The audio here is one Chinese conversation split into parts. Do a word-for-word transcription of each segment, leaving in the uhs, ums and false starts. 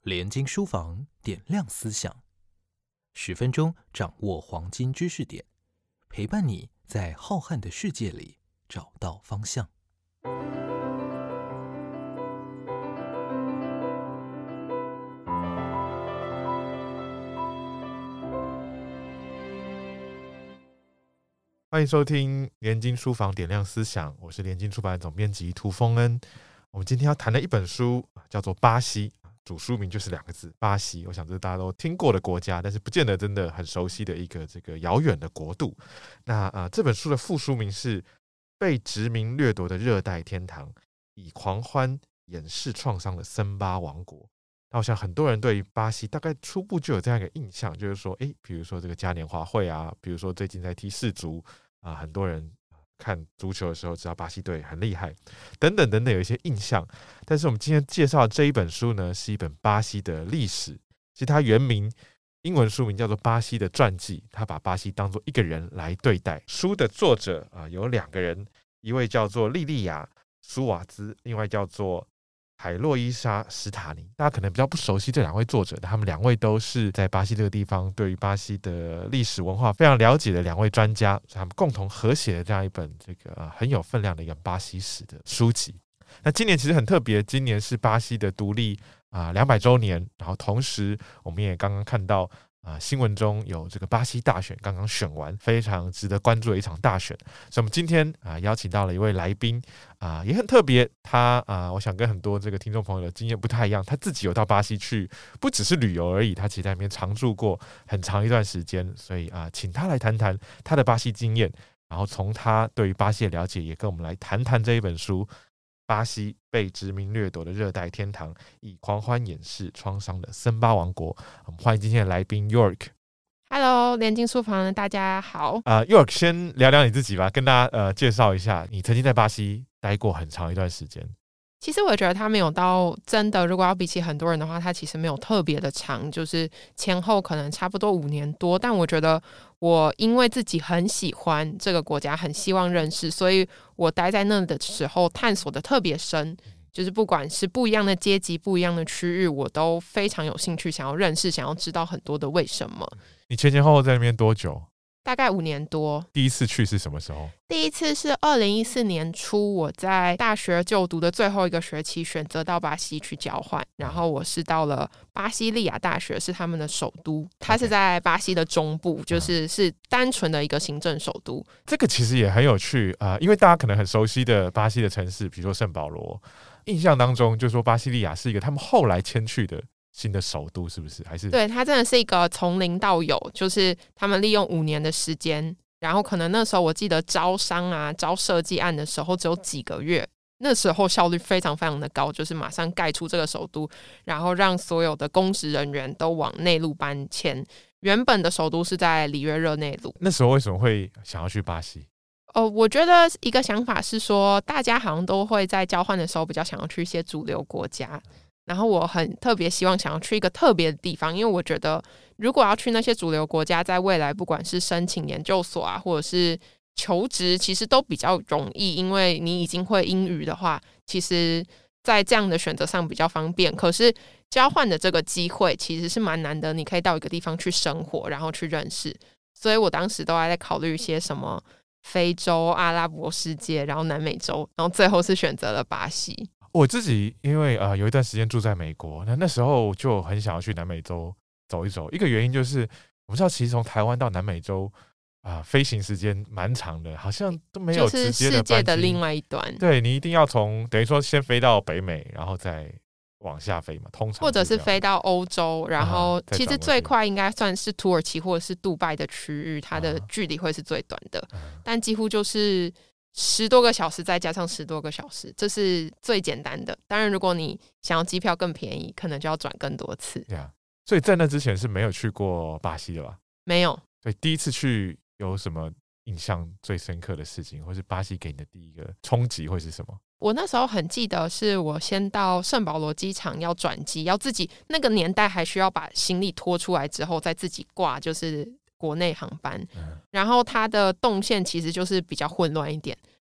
联经书房点亮思想，十分钟掌握黄金知识点，陪伴你在浩瀚的世界里找到方向。 欢迎收听联经书房点亮思想，我是联经出版总编辑涂峰恩。我们今天要谈的一本书叫做《巴西》，主书名就是两个字巴西。我想这是大家都听过的国家，但是不见得真的很熟悉的一个这个遥远的国度。那、呃、这本书的副书名是《被殖民掠夺的热带天堂：以狂欢掩饰创伤的森巴王国》。那我想很多人对于巴西大概初步就有这样一个印象，就是说，哎，比如说这个嘉年华会啊，比如说最近在踢世足啊、呃，很多人看足球的时候知道巴西队很厉害，等等等等，有一些印象。但是我们今天介绍的这一本书呢，是一本巴西的历史。其实它原名英文书名叫做《巴西的传记》，它把巴西当作一个人来对待。书的作者啊、呃、有两个人，一位叫做莉莉亚·苏瓦兹，另外叫做海洛伊莎·史塔尼。大家可能比较不熟悉这两位作者，他们两位都是在巴西这个地方对于巴西的历史文化非常了解的两位专家，所以他们共同合写的这样一本这个、呃、很有分量的一个巴西史的书籍。那今年其实很特别，今年是巴西的独立啊两百周年，然后同时我们也刚刚看到啊新闻中有这个巴西大选刚刚选完，非常值得关注的一场大选。所以我们今天啊邀请到了一位来宾啊，也很特别。他啊，我想跟很多这个听众朋友的经验不太一样，他自己有到巴西去，不只是旅游而已，他其实在那边常住过很长一段时间。所以啊，请他来谈谈他的巴西经验，然后从他对于巴西的了解，也跟我们来谈谈这一本书。巴西被殖民掠夺的热带天堂，以狂欢掩饰创伤的森巴王国。我们欢迎今天的来宾 York。Hello， 联经书房的大家好。 呃、York， 先聊聊你自己吧，跟大家呃介绍一下，你曾经在巴西待过很长一段时间。 其实我觉得他没有到真的，如果要比起很多人的话，他其实没有特别的长，就是前后可能差不多五年多。但我觉得我因为自己很喜欢这个国家，很希望认识，所以我待在那的时候探索的特别深，就是不管是不一样的阶级、不一样的区域，我都非常有兴趣想要认识，想要知道很多的为什么。 你前前后后在那边多久？ 大概五年多。 第一次去是什么时候？ 第一次是二零一四年初，我在大学就读的最后一个学期选择到巴西去交换，然后我是到了巴西利亚大学，是他们的首都，它是在巴西的中部，就是是单纯的一个行政首都。 这个其实也很有趣、呃、因为大家可能很熟悉的巴西的城市，比如说圣保罗，印象当中就说巴西利亚是一个他们后来迁去的新的首都，是不是？还是对，它真的是一个从零到有，就是他们利用五年的时间，然后可能那时候我记得招商啊、招设计案的时候只有几个月，那时候效率非常非常的高，就是马上盖出这个首都，然后让所有的公职人员都往内陆搬迁。原本的首都是在里约热内卢。 那时候为什么会想要去巴西？ 哦，我觉得一个想法是说，大家好像都会在交换的时候比较想要去一些主流国家。然后我很特别希望想要去一个特别的地方，因为我觉得如果要去那些主流国家，在未来不管是申请研究所啊，或者是求职，其实都比较容易，因为你已经会英语的话，其实在这样的选择上比较方便。可是交换的这个机会其实是蛮难的，你可以到一个地方去生活，然后去认识。所以我当时都还在考虑一些什么非洲、阿拉伯世界，然后南美洲，然后最后是选择了巴西。 我自己因为、呃、有一段时间住在美国，那那时候就很想要去南美洲走一走。一个原因就是我们知道其实从台湾到南美洲、呃、飞行时间蛮长的，好像都没有直接的班机，就是世界的另外一端。 对，你一定要从等于说先飞到北美，然后再往下飞嘛，通常或者是飞到欧洲，然后其实最快应该算是土耳其或者是杜拜的区域，它的距离会是最短的、啊、但几乎就是十多个小时再加上十多个小时，这是最简单的。当然如果你想要机票更便宜，可能就要转更多次、 yeah. 所以在那之前是没有去过巴西的吧？ 没有。 所以第一次去有什么印象最深刻的事情，或是巴西给你的第一个冲击会是什么？ 我那时候很记得是我先到圣保罗机场要转机，要自己那个年代还需要把行李拖出来之后再自己挂就是国内航班、嗯、然后它的动线其实就是比较混乱一点，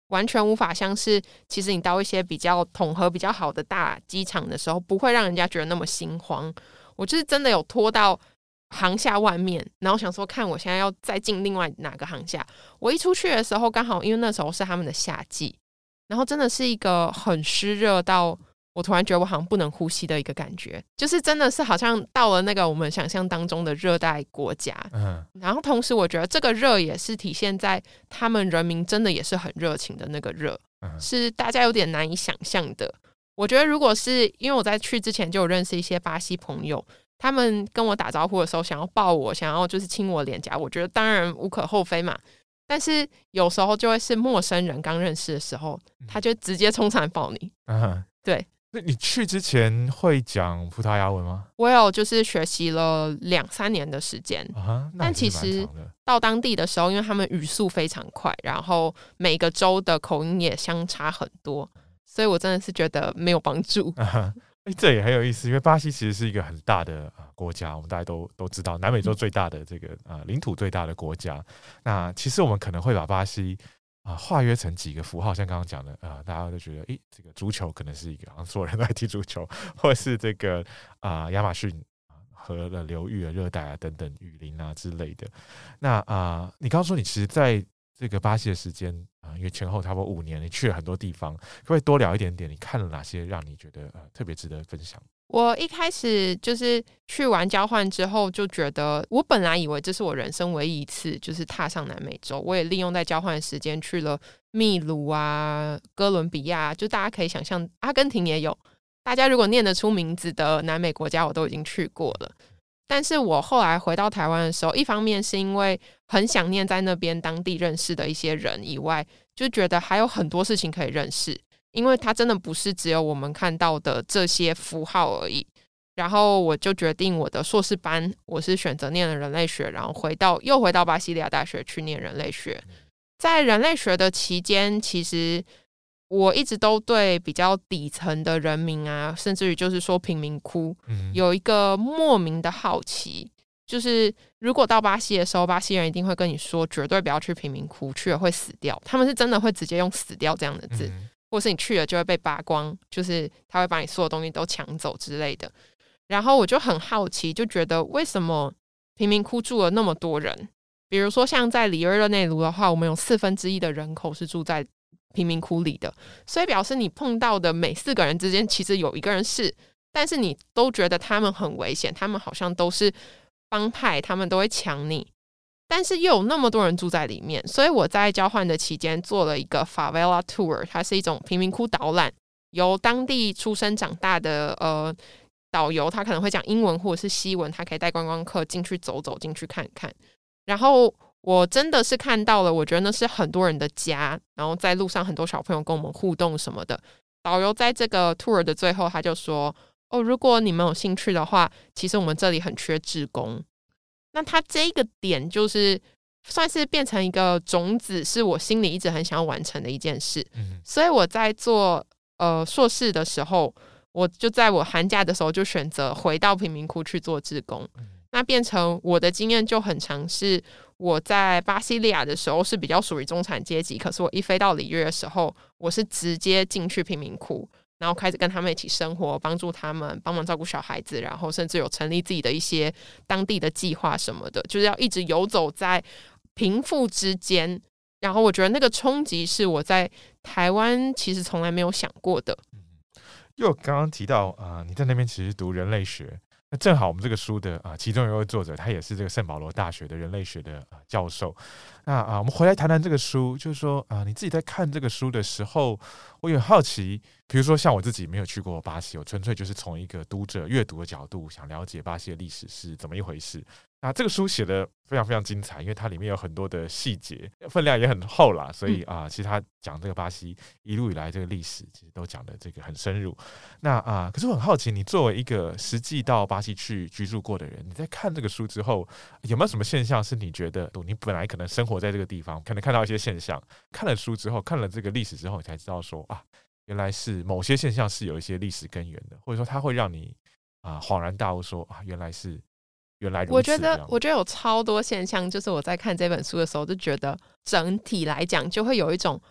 完全无法像是其实你到一些比较统合比较好的大机场的时候，不会让人家觉得那么心慌。我就是真的有拖到航厦外面，然后想说看我现在要再进另外哪个航厦。我一出去的时候刚好因为那时候是他们的夏季，然后真的是一个很湿热到我突然觉得我好像不能呼吸的一个感觉，就是真的是好像到了那个我们想象当中的热带国家。嗯，然后同时我觉得这个热也是体现在他们人民真的也是很热情的那个热，嗯，是大家有点难以想象的。我觉得如果是因为我在去之前就有认识一些巴西朋友，他们跟我打招呼的时候想要抱我，想要就是亲我脸颊，我觉得当然无可厚非嘛。但是有时候就会是陌生人刚认识的时候，他就直接冲上来抱你。嗯，对。 那你去之前会讲葡萄牙文吗？ 我有就是学习了两三年的时间，啊，但其实到当地的时候，因为他们语速非常快，然后每个州的口音也相差很多，所以我真的是觉得没有帮助。 啊欸，这也很有意思，因为巴西其实是一个很大的、呃、国家，我们大家都都知道，南美洲最大的这个呃领土最大的国家。那其实我们可能会把巴西啊、呃，划约成几个符号，像刚刚讲的啊、呃，大家都觉得，诶，这个足球可能是一个，好像所有人都在踢足球，或者是这个啊、呃、亚马逊河的流域啊、热带啊等等雨林啊之类的。那啊、呃，你刚刚说你其实在这个巴西的时间啊、呃，因为前后差不多五年，你去了很多地方，可不可以多聊一点点？你看了哪些让你觉得呃特别值得分享？ 我一开始就是去完交换之后就觉得，我本来以为这是我人生唯一一次就是踏上南美洲，我也利用在交换的时间去了秘鲁啊、哥伦比亚，就大家可以想象阿根廷也有，大家如果念得出名字的南美国家我都已经去过了。但是我后来回到台湾的时候，一方面是因为很想念在那边当地认识的一些人以外，就觉得还有很多事情可以认识，因为它真的不是只有我们看到的这些符号而已。然后我就决定我的硕士班我是选择念了人类学，然后回到又回到巴西利亚大学去念人类学。在人类学的期间，其实我一直都对比较底层的人民啊，甚至于就是说贫民窟有一个莫名的好奇，就是如果到巴西的时候，巴西人一定会跟你说绝对不要去贫民窟，去了会死掉，他们是真的会直接用死掉这样的字，嗯，或是你去了就会被扒光，就是他会把你所有东西都抢走之类的。然后我就很好奇，就觉得为什么贫民窟住了那么多人，比如说像在里约热内卢的话，我们有四分之一的人口是住在贫民窟里的，所以表示你碰到的每四个人之间其实有一个人是，但是你都觉得他们很危险，他们好像都是帮派，他们都会抢你，但是又有那么多人住在里面。所以我在交换的期间做了一个 Favela Tour， 它是一种贫民窟导览，由当地出生长大的呃导游，他可能会讲英文或者是西文，他可以带观光客进去走走，进去看看。然后我真的是看到了，我觉得那是很多人的家，然后在路上很多小朋友跟我们互动什么的。导游在这个 tour 的最后他就说，哦，如果你们有兴趣的话，其实我们这里很缺志工。那他这个点就是算是变成一个种子，是我心里一直很想要完成的一件事。嗯，所以我在做呃硕士的时候，我就在我寒假的时候就选择回到贫民窟去做志工。嗯，那变成我的经验就很常是我在巴西利亚的时候是比较属于中产阶级，可是我一飞到里约的时候，我是直接进去贫民窟，然后开始跟他们一起生活，帮助他们，帮忙照顾小孩子，然后甚至有成立自己的一些当地的计划什么的，就是要一直游走在贫富之间。然后我觉得那个冲击是我在台湾其实从来没有想过的。 因为我刚刚提到啊、呃，你在那边其实读人类学，那正好我们这个书的啊、呃、其中有一位作者，他也是这个圣保罗大学的人类学的、呃、教授。那啊、呃，我们回来谈谈这个书，就是说啊、呃，你自己在看这个书的时候，我有好奇，比如说像我自己没有去过巴西，我纯粹就是从一个读者阅读的角度，想了解巴西的历史是怎么一回事。那这个书写的非常非常精彩，因为它里面有很多的细节，分量也很厚啦，所以啊、呃，其实他讲这个巴西一路以来这个历史，其实都讲的这个很深入。那啊、呃，可是我很好奇，你作为一个实际到巴西去居住过的人，你在看这个书之后，有没有什么现象是你觉得你本来可能生活在这个地方，可能看到一些现象，看了书之后，看了这个历史之后，你才知道说啊，原来是某些现象是有一些历史根源的，或者说它会让你啊、呃、恍然大悟说啊，原来是。原来如此。 我觉得，我觉得有超多现象，就是我在看这本书的时候，就觉得整体来讲就会有一种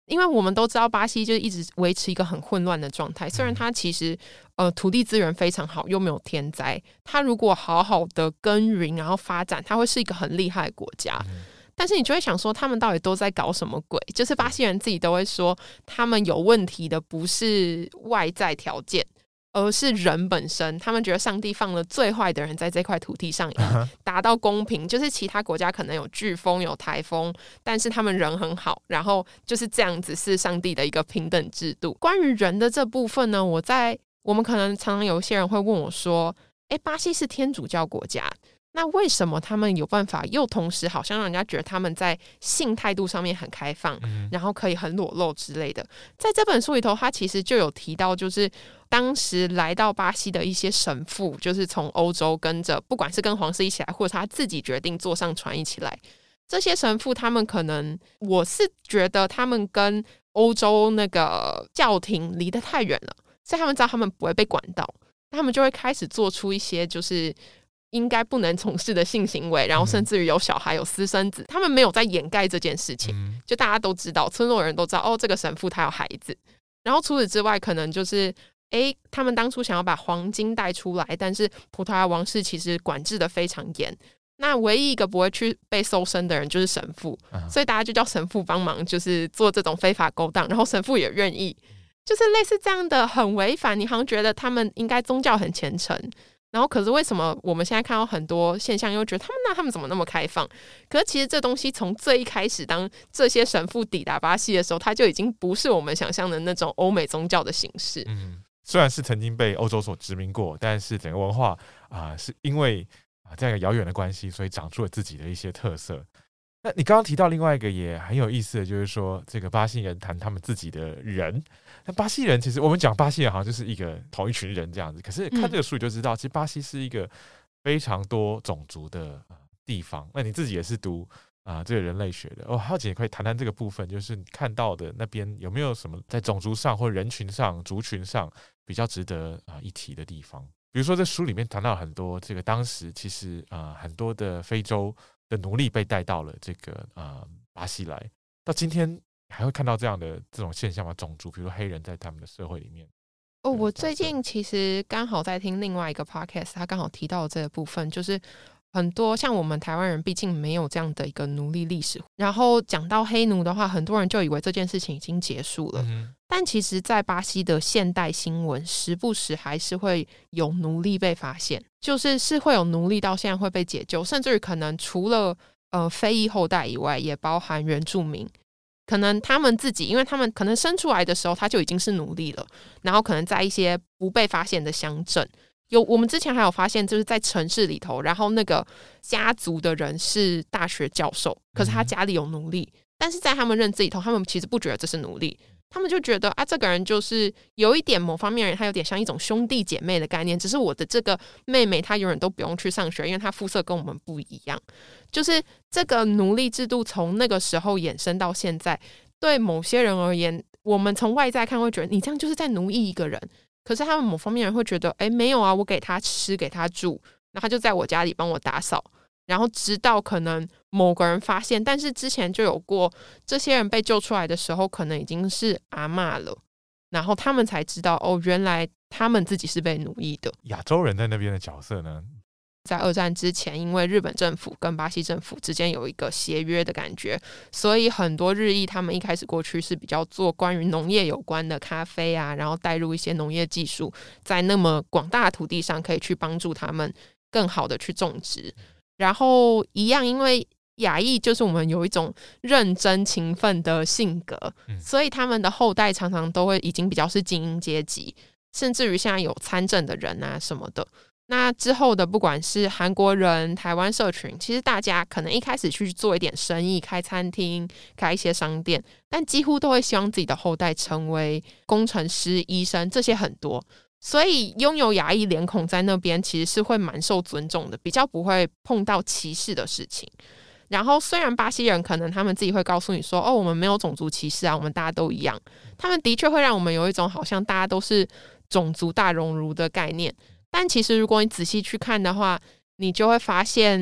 因为我们都知道巴西就是一直维持一个很混乱的状态，虽然它其实呃土地资源非常好，又没有天灾，它如果好好的耕耘然后发展，它会是一个很厉害的国家。嗯，但是你就会想说他们到底都在搞什么鬼，就是巴西人自己都会说他们有问题的不是外在条件，而是人本身，他们觉得上帝放了最坏的人在这块土地上，以达到公平。就是其他国家可能有飓风有台风，但是他们人很好，然后就是这样子，是上帝的一个平等制度。关于人的这部分呢，我在我们可能常常有些人会问我说，诶，巴西是天主教国家，那为什么他们有办法又同时好像让人家觉得他们在性态度上面很开放，嗯，然后可以很裸露之类的。在这本书里头他其实就有提到，就是当时来到巴西的一些神父，就是从欧洲跟着，不管是跟皇室一起来或者他自己决定坐上船一起来，这些神父他们可能我是觉得他们跟欧洲那个教廷离得太远了，所以他们知道他们不会被管到，他们就会开始做出一些就是应该不能从事的性行为，然后甚至于有小孩有私生子，他们没有在掩盖这件事情，就大家都知道，村落人都知道，哦，这个神父他有孩子。然后除此之外可能就是诶，他们当初想要把黄金带出来，但是葡萄牙王室其实管制的非常严，那唯一一个不会去被搜身的人就是神父，嗯，所以大家就叫神父帮忙就是做这种非法勾当，然后神父也愿意，就是类似这样的很违反，你好像觉得他们应该宗教很虔诚，然后可是为什么我们现在看到很多现象又觉得他们那他们怎么那么开放，可是其实这东西从最一开始当这些神父抵达巴西的时候，它就已经不是我们想象的那种欧美宗教的形式。 嗯，虽然是曾经被欧洲所殖民过，但是整个文化啊、呃，是因为啊这样一个遥远的关系，所以长出了自己的一些特色。那你刚刚提到另外一个也很有意思的，就是说这个巴西人谈他们自己的人。那巴西人其实我们讲巴西人好像就是一个同一群人这样子，可是看这个书你就知道，其实巴西是一个非常多种族的地方。那你自己也是读啊、呃、这个人类学的，我好奇可以谈谈这个部分，就是你看到的那边有没有什么在种族上或人群上、族群上比较值得啊、呃、一提的地方？比如说在书里面谈到很多这个当时其实啊、呃、很多的非洲的奴隶被带到了这个呃巴西来，到今天还会看到这样的这种现象吗？种族，比如说黑人在他们的社会里面。 哦，我最近其实刚好在听另外一个 podcast， 他刚好提到这个部分，就是很多像我们台湾人毕竟没有这样的一个奴隶历史，然后讲到黑奴的话，很多人就以为这件事情已经结束了、嗯、但其实在巴西的现代新闻时不时还是会有奴隶被发现，就是是会有奴隶到现在会被解救，甚至于可能除了呃非裔后代以外，也包含原住民，可能他们自己因为他们可能生出来的时候他就已经是奴隶了，然后可能在一些不被发现的乡镇，有我们之前还有发现就是在城市里头，然后那个家族的人是大学教授，可是他家里有奴隶、嗯、但是在他们认知里头他们其实不觉得这是奴隶，他们就觉得啊，这个人就是有一点某方面人，他有点像一种兄弟姐妹的概念，只是我的这个妹妹她永远都不用去上学，因为她肤色跟我们不一样。就是这个奴隶制度从那个时候衍生到现在，对某些人而言，我们从外在看会觉得你这样就是在奴役一个人，可是他们某方面人会觉得哎，没有啊，我给他吃给他住，然后他就在我家里帮我打扫，然后直到可能某个人发现，但是之前就有过这些人被救出来的时候可能已经是阿嬷了，然后他们才知道哦，原来他们自己是被奴役的。 亚洲人在那边的角色呢， 在二战之前，因为日本政府跟巴西政府之间有一个协约的感觉，所以很多日裔他们一开始过去是比较做关于农业有关的咖啡啊，然后带入一些农业技术，在那么广大的土地上可以去帮助他们更好的去种植。然后一样，因为亚裔就是我们有一种认真勤奋的性格、嗯、所以他们的后代常常都会已经比较是精英阶级，甚至于现在有参政的人啊什么的。那之后的不管是韩国人、台湾社群，其实大家可能一开始去做一点生意，开餐厅、开一些商店，但几乎都会希望自己的后代成为工程师、医生，这些很多。所以拥有亚裔脸孔在那边其实是会蛮受尊重的，比较不会碰到歧视的事情。然后虽然巴西人可能他们自己会告诉你说哦，我们没有种族歧视啊，我们大家都一样，他们的确会让我们有一种好像大家都是种族大熔炉的概念，但其实如果你仔细去看的话，你就会发现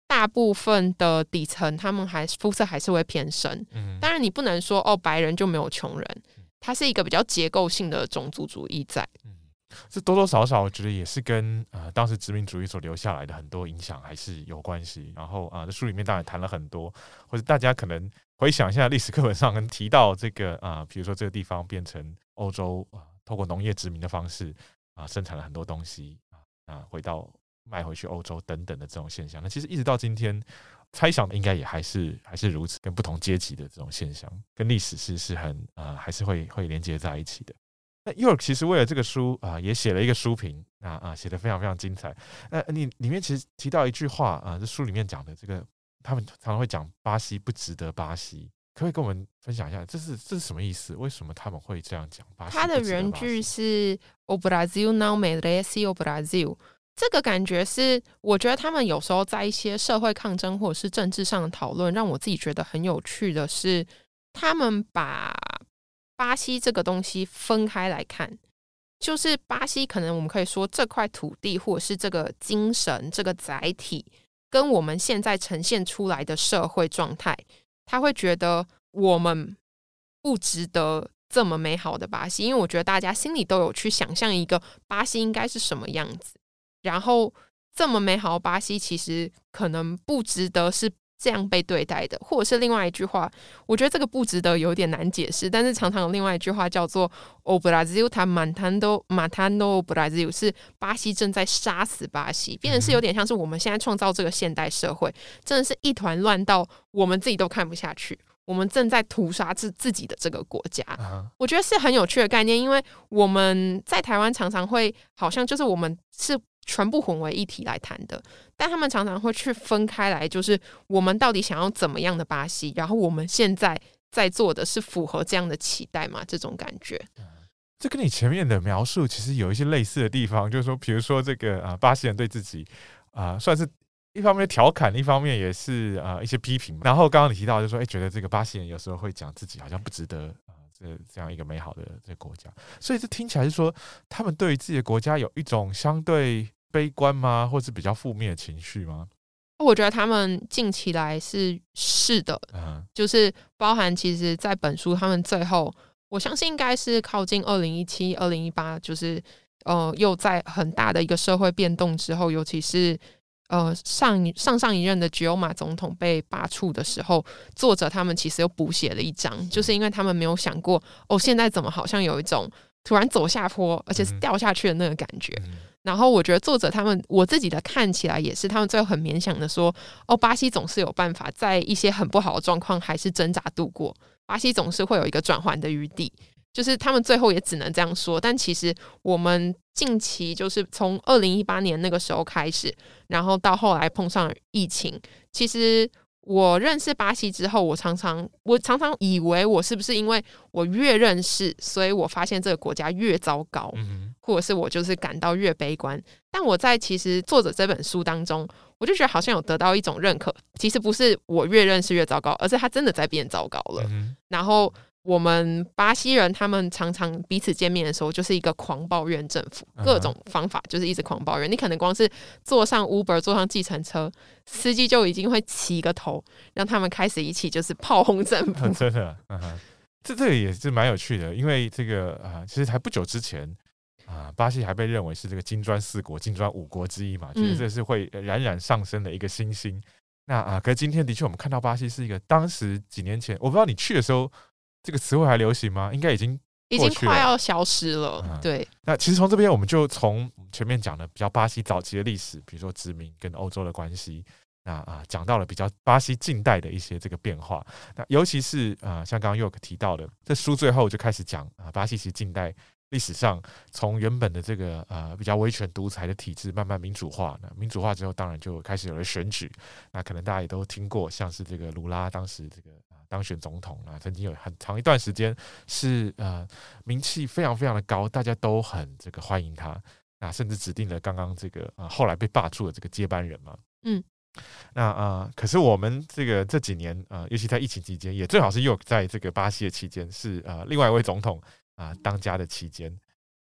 大部分的底层他们还肤色还是会偏深。嗯，当然你不能说哦白人就没有穷人，它是一个比较结构性的种族主义在。嗯， 这多多少少我觉得也是跟呃当时殖民主义所留下来的很多影响还是有关系。然后啊，这、呃、书里面当然谈了很多，或者大家可能回想一下历史课本上能提到这个啊，比、呃、如说这个地方变成欧洲啊、呃，透过农业殖民的方式啊、呃，生产了很多东西啊、呃，回到卖回去欧洲等等的这种现象。那其实一直到今天，猜想应该也还是还是如此，跟不同阶级的这种现象，跟历史是是很啊、呃，还是会会连接在一起的。那 York 其实为了这个书啊、呃，也写了一个书评啊啊，写得非常非常精彩。那你里面其实提到一句话啊，这书里面讲的这个，他们常常会讲巴西不值得巴西，可不可以跟我们分享一下，这是这是什么意思？为什么他们会这样讲？巴西不值得巴西？ 他的原句是 "O Brasil não merece o Brasil"， 这个感觉是，我觉得他们有时候在一些社会抗争或者是政治上的讨论，让我自己觉得很有趣的是，他们把巴西这个东西分开来看，就是巴西可能我们可以说这块土地或者是这个精神这个载体跟我们现在呈现出来的社会状态，他会觉得我们不值得这么美好的巴西，因为我觉得大家心里都有去想象一个巴西应该是什么样子，然后这么美好的巴西其实可能不值得是这样被对待的，或者是另外一句话，我觉得这个不值得有点难解释，但是常常有另外一句话叫做 O Brasil tá matando matando o Brasil， 是巴西正在杀死巴西，变成是有点像是我们现在创造这个现代社会真的是一团乱到我们自己都看不下去，我们正在屠杀自自己的这个国家。uh-huh. 我觉得是很有趣的概念，因为我们在台湾常常会好像就是我们是全部混为一体来谈的，但他们常常会去分开来，就是我们到底想要怎么样的巴西，然后我们现在在做的是符合这样的期待吗？这种感觉。 这跟你前面的描述其实有一些类似的地方，就是说比如说这个、呃、巴西人对自己、呃、算是一方面调侃，一方面也是、呃、一些批评。然后刚刚你提到就是说、欸、觉得这个巴西人有时候会讲自己好像不值得、呃、这, 这样一个美好的这个国家，所以这听起来是说他们对于自己的国家有一种相对悲观吗？或是比较负面的情绪吗？ 我觉得他们近期来是是的、嗯、就是包含其实在本书他们最后我相信应该是靠近二零一七、二零一八，就是呃又在很大的一个社会变动之后，尤其是呃上上上一任的吉欧马总统被罢黜的时候，作者他们其实又补写了一章，就是因为他们没有想过哦，现在怎么好像有一种突然走下坡，而且是掉下去的那个感觉。嗯，然后我觉得作者他们，我自己的看起来也是，他们最后很勉强的说，哦，巴西总是有办法在一些很不好的状况还是挣扎度过，巴西总是会有一个转换的余地，就是他们最后也只能这样说。但其实我们近期就是从二零一八年那个时候开始，然后到后来碰上疫情，其实我认识巴西之后，我常常我常常以为我是不是因为我越认识，所以我发现这个国家越糟糕，嗯，或者是我就是感到越悲观。但我在其实作者这本书当中，我就觉得好像有得到一种认可，其实不是我越认识越糟糕，而是他真的在变糟糕了。嗯，然后我们巴西人他们常常彼此见面的时候就是一个狂抱怨政府，各种方法就是一直狂抱怨。你可能光是坐上 Uber 坐上计程车，司机就已经会起个头，让他们开始一起就是炮轰政府。 真的、嗯、这这个也是蛮有趣的，因为这个、呃、其实还不久之前、呃、巴西还被认为是这个金砖四国金砖五国之一嘛，觉得这是会冉冉上升的一个新星、嗯、那啊、呃，可是今天的确我们看到巴西是一个当时几年前，我不知道你去的时候这个词汇还流行吗？应该已经已经快要消失了、嗯、对。 那其实从这边我们就从前面讲的比较巴西早期的历史，比如说殖民跟欧洲的关系，那啊讲到了比较巴西近代的一些这个变化，那尤其是啊像刚刚 York 提到的，这书最后就开始讲啊巴西其实近代历史上从原本的这个呃比较威权独裁的体制慢慢民主化，那民主化之后当然就开始有了选举，那可能大家也都听过，像是这个卢拉当时这个当选总统啊，曾经有很长一段时间是呃名气非常非常的高，大家都很这个欢迎他，那甚至指定了刚刚这个、呃、后来被罢黜的这个接班人嘛。嗯，那呃可是我们这个这几年呃尤其在疫情期间，也正好是 York 在这个巴西的期间，是呃另外一位总统啊、呃、当家的期间。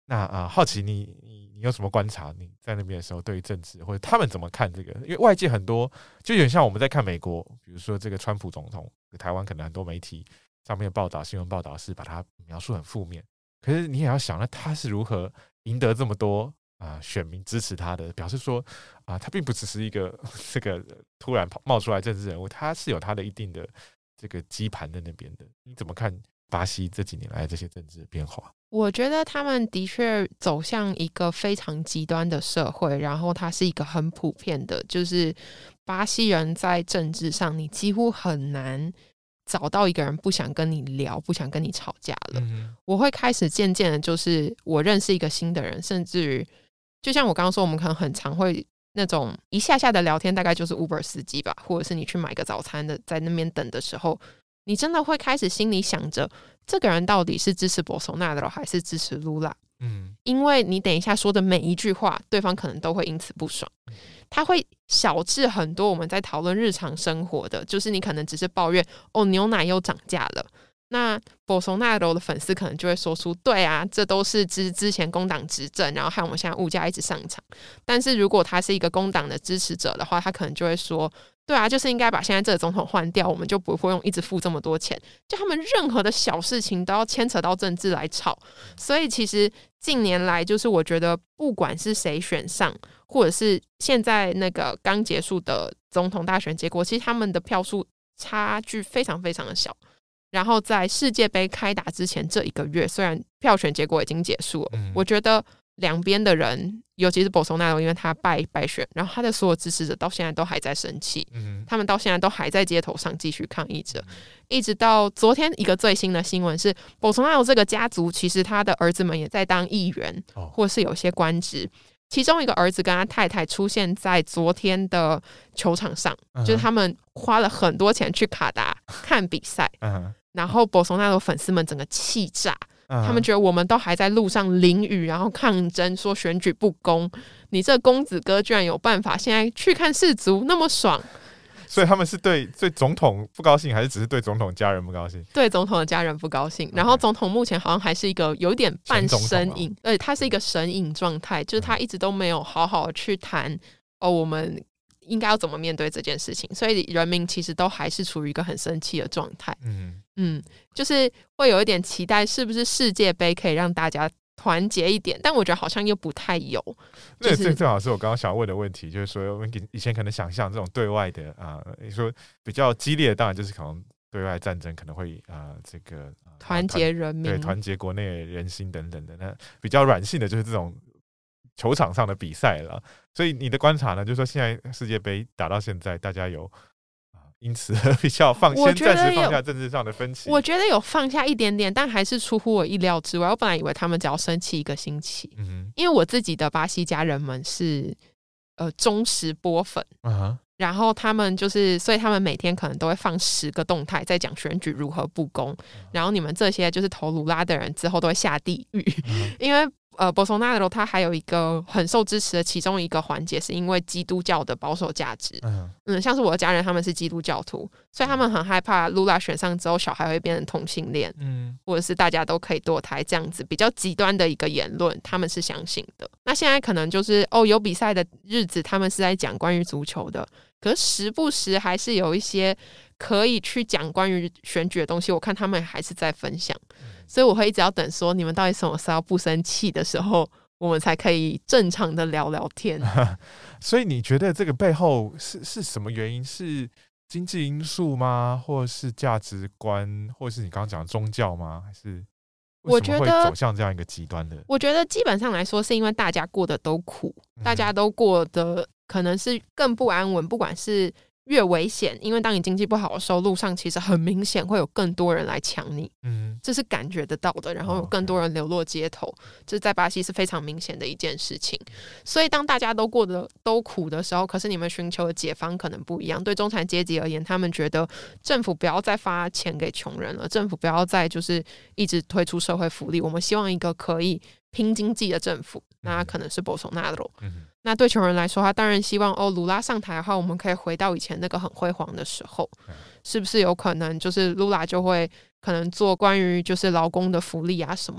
那啊、呃，好奇你你你有什么观察？你在那边的时候，对于政治或者他们怎么看这个？因为外界很多就有点像我们在看美国，比如说这个川普总统，台湾可能很多媒体上面报道、新闻报道是把他描述很负面，可是你也要想，那他是如何赢得这么多啊、呃、选民支持他的？表示说啊、呃，他并不只是一个这个突然冒出来政治人物，他是有他的一定的这个基盘在那边的。你怎么看巴西这几年来这些政治的变化？ 我觉得他们的确走向一个非常极端的社会，然后它是一个很普遍的，就是巴西人在政治上，你几乎很难找到一个人不想跟你聊，不想跟你吵架了。嗯、我会开始渐渐的，就是我认识一个新的人，甚至于就像我刚刚说，我们可能很常会那种一下下的聊天，大概就是 Uber 司机吧，或者是你去买个早餐的，在那边等的时候，你真的会开始心里想着，这个人到底是支持博索纳罗还是支持卢拉？嗯，因为你等一下说的每一句话，对方可能都会因此不爽。他会小至很多我们在讨论日常生活的，就是你可能只是抱怨哦牛奶又涨价了，那博索纳罗的粉丝可能就会说出对啊，这都是之之前工党执政，然后害我们现在物价一直上涨。但是如果他是一个工党的支持者的话，他可能就会说对啊，就是应该把现在这个总统换掉，我们就不会用一直付这么多钱。就他们任何的小事情都要牵扯到政治来吵。所以其实近年来就是我觉得不管是谁选上，或者是现在那个刚结束的总统大选结果，其实他们的票数差距非常非常的小。然后在世界杯开打之前这一个月，虽然票选结果已经结束了，嗯、我觉得两边的人，尤其是博索纳罗，因为他败败选，然后他的所有支持者到现在都还在生气，嗯、他们到现在都还在街头上继续抗议着，嗯、一直到昨天一个最新的新闻是，博索纳罗这个家族其实他的儿子们也在当议员，哦、或是有些官职。其中一个儿子跟他太太出现在昨天的球场上，嗯、就是他们花了很多钱去卡达看比赛，嗯、然后博索纳罗粉丝们整个气炸，嗯、他们觉得我们都还在路上淋雨，然后抗争说选举不公，你这公子哥居然有办法现在去看世足那么爽。 所以他们是对对总统不高兴，还是只是对总统家人不高兴？ 对总统的家人不高兴。然后总统目前好像还是一个有点半神隐，而且他是一个神隐状态，就是他一直都没有好好去谈哦，我们应该要怎么面对这件事情。所以人民其实都还是处于一个很生气的状态。嗯嗯，就是会有一点期待，是不是世界杯可以让大家团结一点，但我觉得好像又不太有。 那、就是、这正好是我刚刚想问的问题，就是说我们以前可能想象这种对外的啊，你、呃、说比较激烈的，当然就是可能对外战争可能会啊、呃、这个团、呃、结人民， 对团结国内人心等等的。那比较软性的就是这种球场上的比赛了。所以你的观察呢，就是说现在世界杯打到现在，大家有因此比较放先暂时放下政治上的分歧， 我觉得有放下一点点，但还是出乎我意料之外。我本来以为他们只要生气一个星期，嗯、因为我自己的巴西家人们是呃忠实波粉，嗯、然后他们就是所以他们每天可能都会放十个动态在讲选举如何不公，嗯、然后你们这些就是投卢拉的人之后都会下地狱，嗯、因为呃，博索纳罗他还有一个很受支持的其中一个环节，是因为基督教的保守价值。嗯, 嗯，像是我的家人他们是基督教徒，所以他们很害怕卢拉选上之后小孩会变成同性恋，嗯，或者是大家都可以堕胎这样子比较极端的一个言论，他们是相信的。那现在可能就是哦，有比赛的日子，他们是在讲关于足球的，可是时不时还是有一些可以去讲关于选举的东西，我看他们还是在分享。所以我会一直要等说你们到底什么时候不生气的时候，我们才可以正常的聊聊天。 所以你觉得这个背后是是什么原因？是经济因素吗？或是价值观？或是你刚刚讲的宗教吗？还是为什么会走向这样一个极端的？ 我觉得基本上来说是因为大家过得都苦，大家都过得可能是更不安稳，不管是越危险，因为当你经济不好的时候，路上其实很明显会有更多人来抢你，嗯，这是感觉得到的。然后有更多人流落街头，这在巴西是非常明显的一件事情。所以当大家都过得都苦的时候，可是你们寻求的解方可能不一样。对中产阶级而言，他们觉得政府不要再发钱给穷人了，政府不要再就是一直推出社会福利，我们希望一个可以拼经济的政府，那可能是博索纳罗。嗯，那对穷人来说，他当然希望哦，卢拉上台的话，我们可以回到以前那个很辉煌的时候，是不是有可能就是卢拉就会可能做关于就是劳工的福利啊什么的？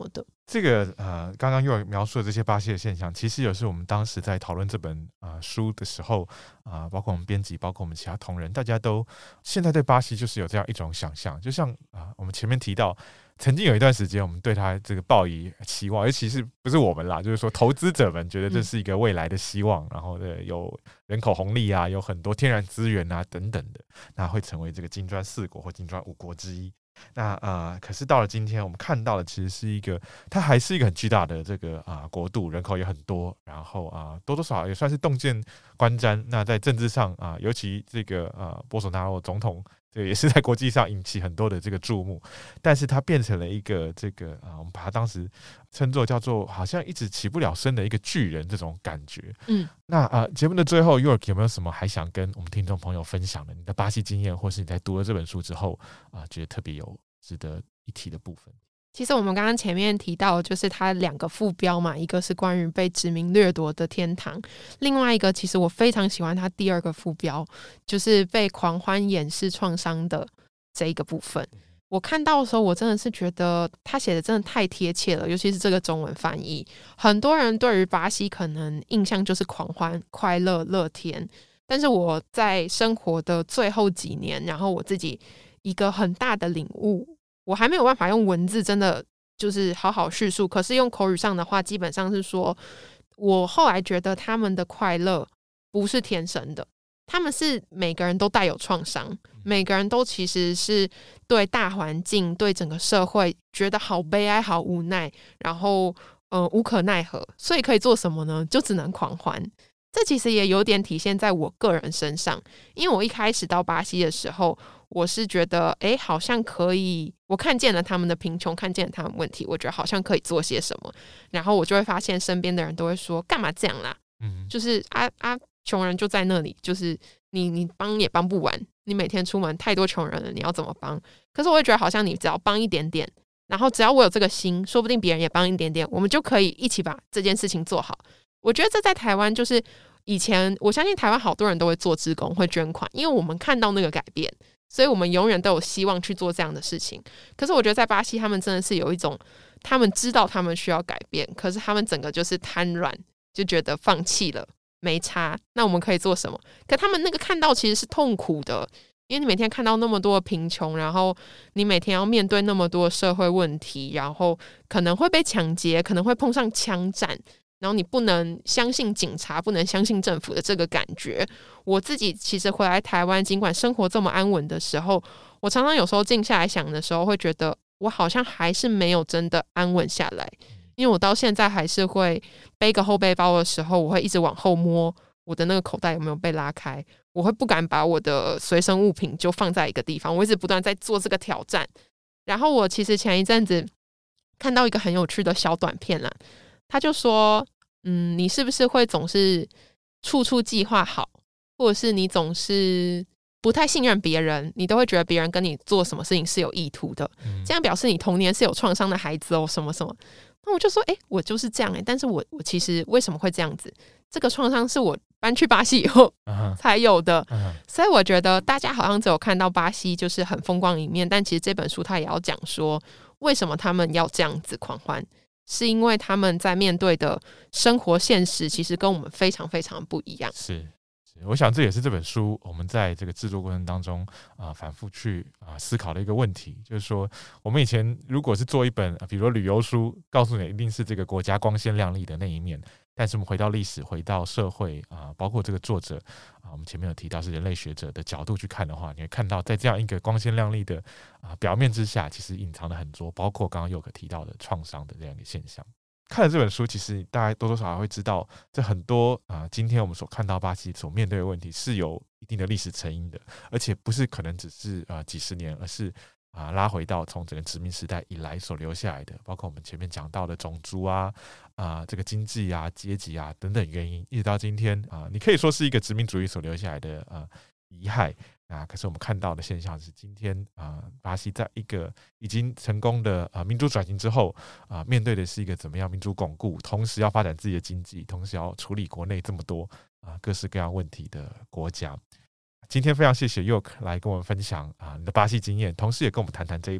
这个呃，刚刚又描述的这些巴西的现象，其实也是我们当时在讨论这本呃书的时候啊、呃，包括我们编辑，包括我们其他同仁，大家都现在对巴西就是有这样一种想象，就像啊、呃，我们前面提到，曾经有一段时间，我们对它这个抱以期望，尤其是不是我们啦，就是说投资者们觉得这是一个未来的希望，嗯、然后的有人口红利啊，有很多天然资源啊等等的，那会成为这个金砖四国或金砖五国之一。那呃，可是到了今天，我们看到的其实是一个，它还是一个很巨大的这个啊、呃、国度，人口也很多，然后啊、呃、多多少少也算是洞见观瞻。那在政治上啊、呃，尤其这个呃波索纳罗总统，这个也是在国际上引起很多的这个注目。但是它变成了一个这个啊、呃，我们把它当时称作叫做好像一直起不了身的一个巨人这种感觉。 嗯， 那啊、呃，节目的最后 York 有没有什么还想跟我们听众朋友分享的？你的巴西经验，或是你在读了这本书之后啊、呃，觉得特别有值得一提的部分？ 其实我们刚刚前面提到，就是它两个副标嘛，一个是关于被殖民掠夺的天堂，另外一个其实我非常喜欢它第二个副标，就是被狂欢掩饰创伤的这一个部分。我看到的时候，我真的是觉得他写的真的太贴切了，尤其是这个中文翻译。很多人对于巴西可能印象就是狂欢、快乐、乐天，但是我在生活的最后几年，然后我自己一个很大的领悟，我还没有办法用文字真的就是好好叙述，可是用口语上的话，基本上是说，我后来觉得他们的快乐不是天生的，他们是每个人都带有创伤，每个人都其实是对大环境、对整个社会觉得好悲哀、好无奈，然后呃无可奈何，所以可以做什么呢？就只能狂欢。这其实也有点体现在我个人身上，因为我一开始到巴西的时候，我是觉得诶好像可以，我看见了他们的贫穷，看见了他们问题，我觉得好像可以做些什么，然后我就会发现身边的人都会说干嘛这样啦，嗯，就是啊啊穷人就在那里，就是你你帮也帮不完，你每天出门太多穷人了，你要怎么帮？可是我会觉得好像你只要帮一点点，然后只要我有这个心，说不定别人也帮一点点，我们就可以一起把这件事情做好。我觉得这在台湾就是以前，我相信台湾好多人都会做志工，会捐款，因为我们看到那个改变，所以我们永远都有希望去做这样的事情。可是我觉得在巴西，他们真的是有一种，他们知道他们需要改变，可是他们整个就是瘫软，就觉得放弃了，没差。那我们可以做什么？可他们那个看到其实是痛苦的，因为你每天看到那么多的贫穷，然后你每天要面对那么多的社会问题，然后可能会被抢劫，可能会碰上枪战。然后你不能相信警察，不能相信政府的这个感觉。我自己其实回来台湾，尽管生活这么安稳的时候，我常常有时候静下来想的时候，会觉得我好像还是没有真的安稳下来。因为我到现在还是会背个后背包的时候，我会一直往后摸我的那个口袋有没有被拉开，我会不敢把我的随身物品就放在一个地方，我一直不断在做这个挑战。然后我其实前一阵子看到一个很有趣的小短片啦，他就说嗯，你是不是会总是处处计划好，或者是你总是不太信任别人，你都会觉得别人跟你做什么事情是有意图的、嗯、这样表示你童年是有创伤的孩子哦，什么什么。那我就说诶，我就是这样诶，但是我我其实为什么会这样子，这个创伤是我搬去巴西以后才有的、uh-huh. 所以我觉得大家好像只有看到巴西就是很风光的一面，但其实这本书它也要讲说为什么他们要这样子狂欢，是因为他们在面对的生活现实其实跟我们非常非常不一样。 是，是我想这也是这本书我们在这个制作过程当中、呃、反复去、呃、思考的一个问题，就是说我们以前如果是做一本、呃、比如说旅游书，告诉你一定是这个国家光鲜亮丽的那一面，但是我们回到历史，回到社会、呃、包括这个作者、呃、我们前面有提到是人类学者的角度去看的话，你会看到在这样一个光鲜亮丽的、呃、表面之下，其实隐藏了很多，包括刚刚佑可提到的创伤的这样一个现象。看了这本书，其实大家多多少少会知道，这很多、呃、今天我们所看到巴西所面对的问题是有一定的历史成因的，而且不是可能只是、呃、几十年，而是、呃、拉回到从整个殖民时代以来所留下来的，包括我们前面讲到的种族啊、呃、这个经济啊、阶级啊等等原因，一直到今天、呃、你可以说是一个殖民主义所留下来的、呃、遗害。啊，可是我们看到的现象是，今天啊、呃，巴西在一个已经成功的啊、呃、民主转型之后啊、呃，面对的是一个怎么样民主巩固，同时要发展自己的经济，同时要处理国内这么多啊、呃、各式各样问题的国家。今天非常谢谢 York 来跟我们分享啊、呃、你的巴西经验，同时也跟我们谈谈这一本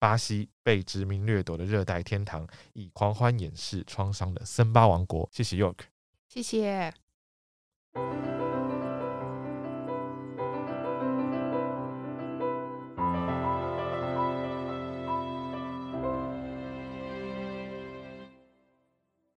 巴西被殖民掠夺的热带天堂，以狂欢掩饰创伤的森巴王国。谢谢 York， 谢谢。